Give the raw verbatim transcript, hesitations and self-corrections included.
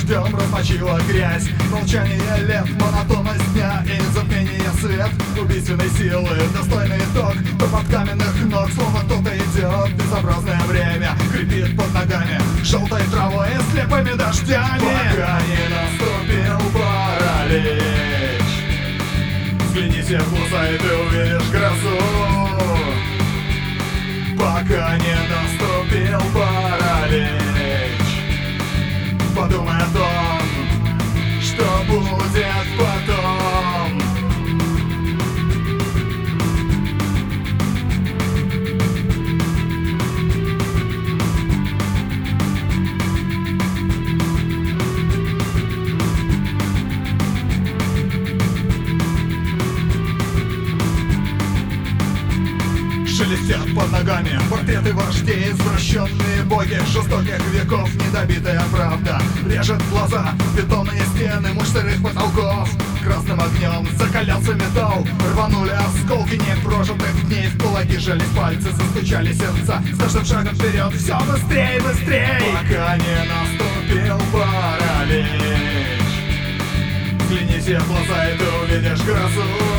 дождем размочила грязь. Молчание лет, монотонность дня и затмение свет убийственной силы, достойный итог. Под каменных ног, словно кто-то идет. Безобразное время крепит под ногами желтой травой и слепыми дождями. Пока не наступил паралич, взгляните в глаза и ты увидишь грозу. Пока не наступил паралич, подумай о том, что будет потом. Шелестят под ногами портреты вождей, извращенные боги жестоких веков. Недобитая правда режет глаза, бетонные стены мощных потолков. Красным огнем закалялся металл, рванули осколки непрожитых дней. В кулаки жались пальцы, застучали сердца. С каждым шагом вперед все быстрее, быстрее. Пока не наступил паралич, взгляните в глаза и ты увидишь грозу.